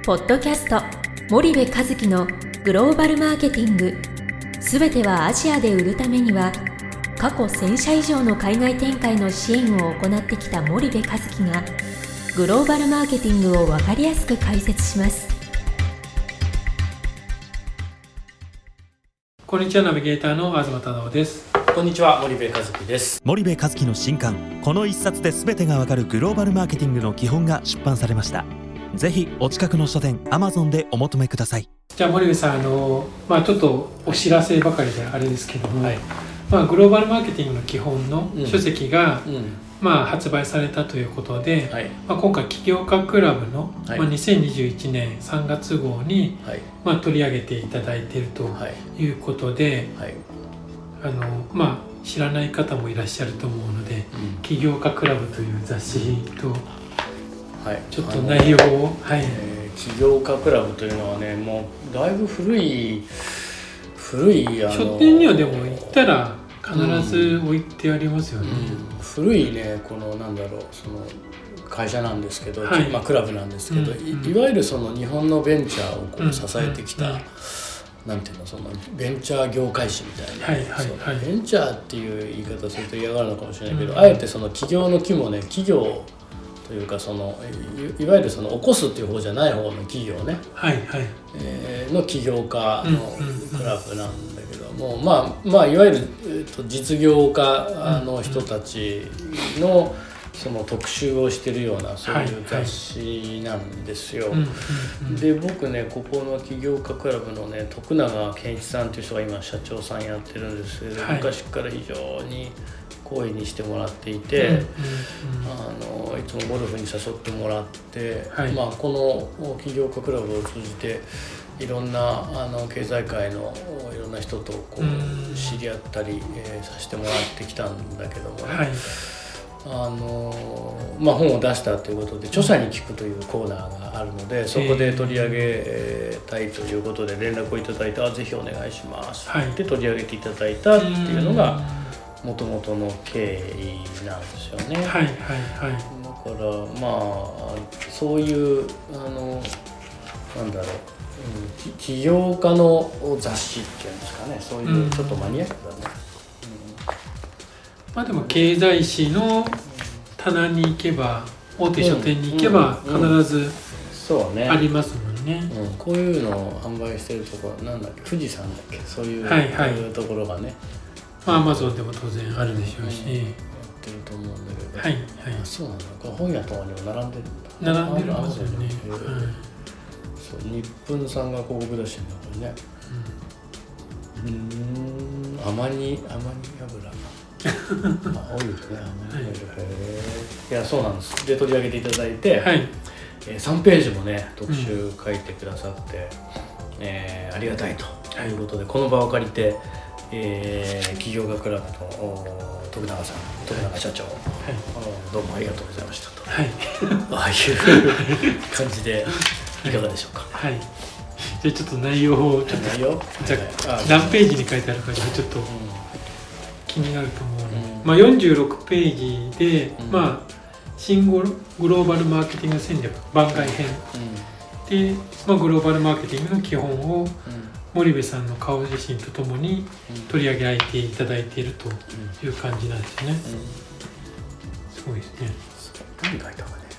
ポッドキャスト森部一樹のグローバルマーケティング、すべてはアジアで売るためには、過去1000社以上の海外展開の支援を行ってきた森部一樹がグローバルマーケティングを分かりやすく解説します。 こんにちは、ナビゲーターの東忠夫です。 こんにちは、森部一樹です。 森部一樹の新刊、この一冊で全てがわかるグローバルマーケティングの基本が出版されました。ぜひお近くの書店 Amazon でお求めください。 じゃあ森部さん、ちょっとお知らせばかりであれですけども、 はい、 グローバルマーケティングの基本の書籍が、発売されたということで、 はい、 今回起業家クラブの、 はい、 2021年3月号に、 はい、 取り上げていただいているということで、 はい、 知らない方もいらっしゃると思うので、起業家クラブという雑誌と、ちょっと内容を、 起業家クラブというのはね、もうだいぶ古い書店にはでも行ったら必ず置いてありますよね。 古いね、その会社なんですけど、クラブなんですけど、いわゆるその日本のベンチャーを支えてきた、なんていうの、そのベンチャー業界誌みたいな、ベンチャーっていう言い方すると嫌がるのかもしれないけど、あえてその企業の規模ね、企業というかいわゆるその起こすっていう方じゃない方の企業ね、の起業家のクラブなんだけども、いわゆる、実業家の人たちのその特集をしてるようなそういう雑誌なんですよ。で、僕ね、ここの起業家クラブのね、徳永健一さんという人が今社長さんやってるんですけど、昔から非常に好意にしてもらっていて、いつもゴルフに誘ってもらって、この起業家クラブを通じていろんな経済界のいろんな人と知り合ったり、させてもらってきたんだけどもね、本を出したということで著者に聞くというコーナーがあるので、そこで取り上げたいということで連絡をいただいて、ぜひお願いしますって取り上げていただいたっていうのがもともとの経緯なんですよね。だからそういう起業家の雑誌っていうんですかね、そういうちょっとマニアックだね。 でも経済誌の棚に行けば、大手書店に行けば必ずありますもんね。 こういうのを販売してるところ、なんだっけ、富士山だっけ、そういうところがね、 Amazon でも当然あるでしょうし、 やってると思うんだけど、そうなんだ、これ本屋とかにも並んでるんだ。 並んでるんですよね。 日本さんが広告出してるんだ、これね。アマニ油多いですね。いや、そうなんです。で、取り上げていただいて、3ページもね特集書いてくださって、ありがたいということで、この場を借りて、起業家クラブの徳永社長、どうもありがとうございましたと、ああいう感じでいかがでしょうか。 じゃあちょっと内容を何ページに書いてあるかちょっと気になると思うので、46ページで、新グローバルマーケティング戦略番外編で、グローバルマーケティングの基本を森部さんの顔写真とともに取り上げられていただいているという感じなんですね。すごいですね。 何書いたかね。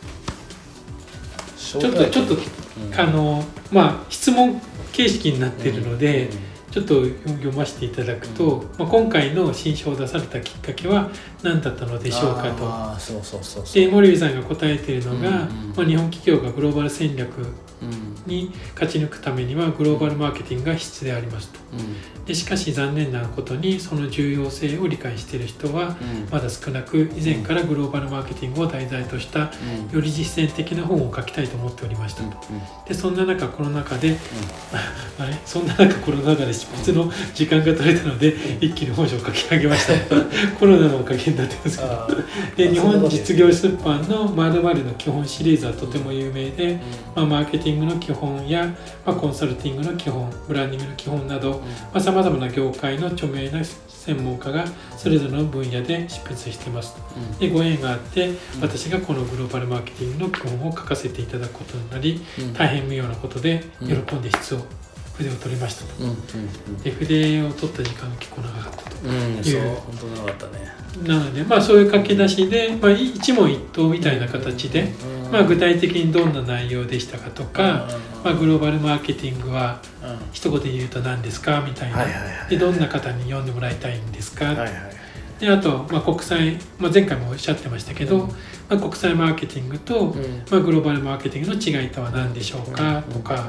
ちょっと質問形式になっているので、ちょっと読ませていただくと、今回の新書を出されたきっかけは何だったのでしょうかと。で、森部さんが答えているのが、日本企業がグローバル戦略に勝ち抜くためにはグローバルマーケティングが必須でありますと。で、しかし残念なことにその重要性を理解している人はまだ少なく、以前からグローバルマーケティングを題材としたより実践的な本を書きたいと思っておりましたと。で、そんな中コロナ禍で執筆の時間が取れたので一気に本書を書き上げましたコロナのおかげになってますけどで、日本実業出版の〇〇の基本シリーズはとても有名で、マーケティンィングの基本や、コンサルティングの基本、ブランディングの基本など、さまざまな業界の著名な専門家がそれぞれの分野で執筆しています。でご縁があって私がこのグローバルマーケティングの基本を書かせていただくことになり、大変無用なことで喜んで筆を取りましたと、で筆を取った時間が結構長かったという、 本当長かったね。 なので、そういう書き出しで、一問一答みたいな形で、具体的にどんな内容でしたかとか、グローバルマーケティングは一言で言うと何ですかみたいな、でどんな方に読んでもらいたいんですか、であと、国際、前回もおっしゃってましたけど、国際マーケティングと、グローバルマーケティングの違いとは何でしょうかとか、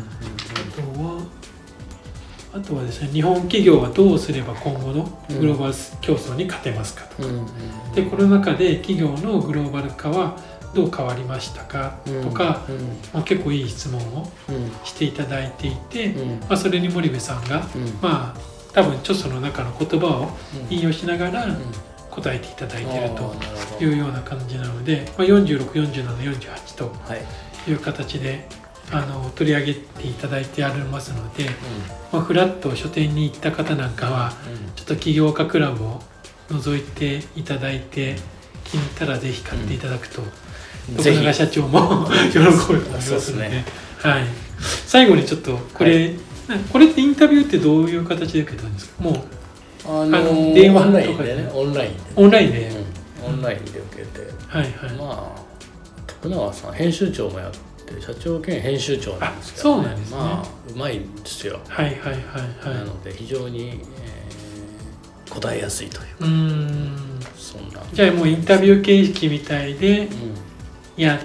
あとはですね、日本企業はどうすれば今後のグローバル競争に勝てますかとか、でこの中で企業のグローバル化はどう変わりましたかとか、結構いい質問をしていただいていて、それに森部さんが、多分著書の中の言葉を引用しながら答えていただいているというような感じなので、46、47、48という形で取り上げていただいてありますので、フラッと書店に行った方なんかは、ちょっと起業家クラブを覗いていただいて気に入ったらぜひ買っていただくと、徳永社長も喜ぶと思いますので、最後にちょっとこれってインタビューってどういう形で受けたんですか？もう電話とかでオンラインで受けて、徳永さん編集長もやって社長兼編集長なんですけど、 そうなんですね。 うまいんですよ。なので非常に、答えやすいというか、そんな。 じゃあもうインタビュー形式みたいでやって、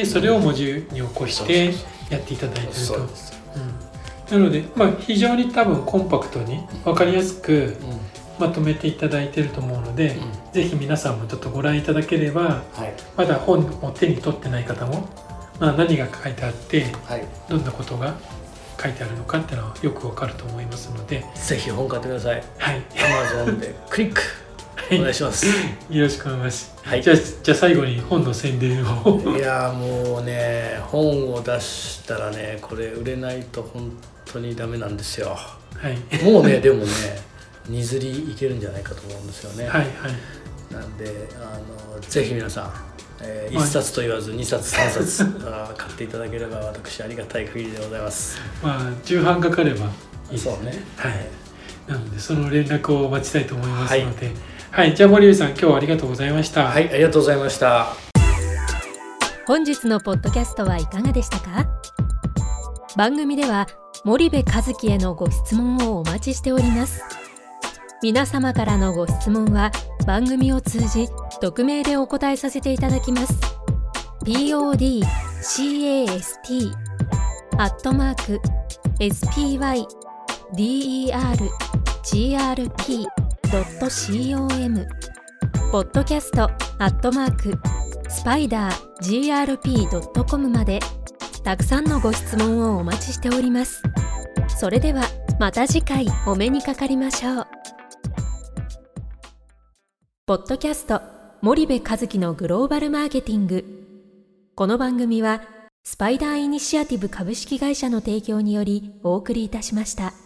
それを文字に起こしてやっていただいていると。なので、非常に多分コンパクトに分かりやすくまとめていただいていると思うので、ぜひ皆さんもちょっとご覧いただければ、まだ本を手に取ってない方も、何が書いてあって、どんなことが書いてあるのかっていうのはよく分かると思いますので、 ぜひ本買ってください。Amazon でクリックお願いします。 よろしくお願いします。じゃあ最後に本の宣伝を。 いやもうね、本を出したらね、これ売れないと本当にダメなんですよ。もうね、でもね、2釣りいけるんじゃないかと思うんですよね。なんでぜひ皆さん、1冊と言わず2冊3冊買っていただければ私ありがたい限りでございます。 重版かかればいいですね。 そうね。 なのでその連絡を待ちたいと思いますので、じゃあ森部さん、今日はありがとうございました。 ありがとうございました。 本日のポッドキャストはいかがでしたか？番組では森部一樹へのご質問をお待ちしております。皆様からのご質問は番組を通じ匿名でお答えさせていただきます。podcast@spydergrp.com podcast@spidergrp.com までたくさんのご質問をお待ちしております。それではまた次回お目にかかりましょう。ポッドキャスト森部一樹のグローバルマーケティング。この番組はスパイダーイニシアティブ株式会社の提供によりお送りいたしました。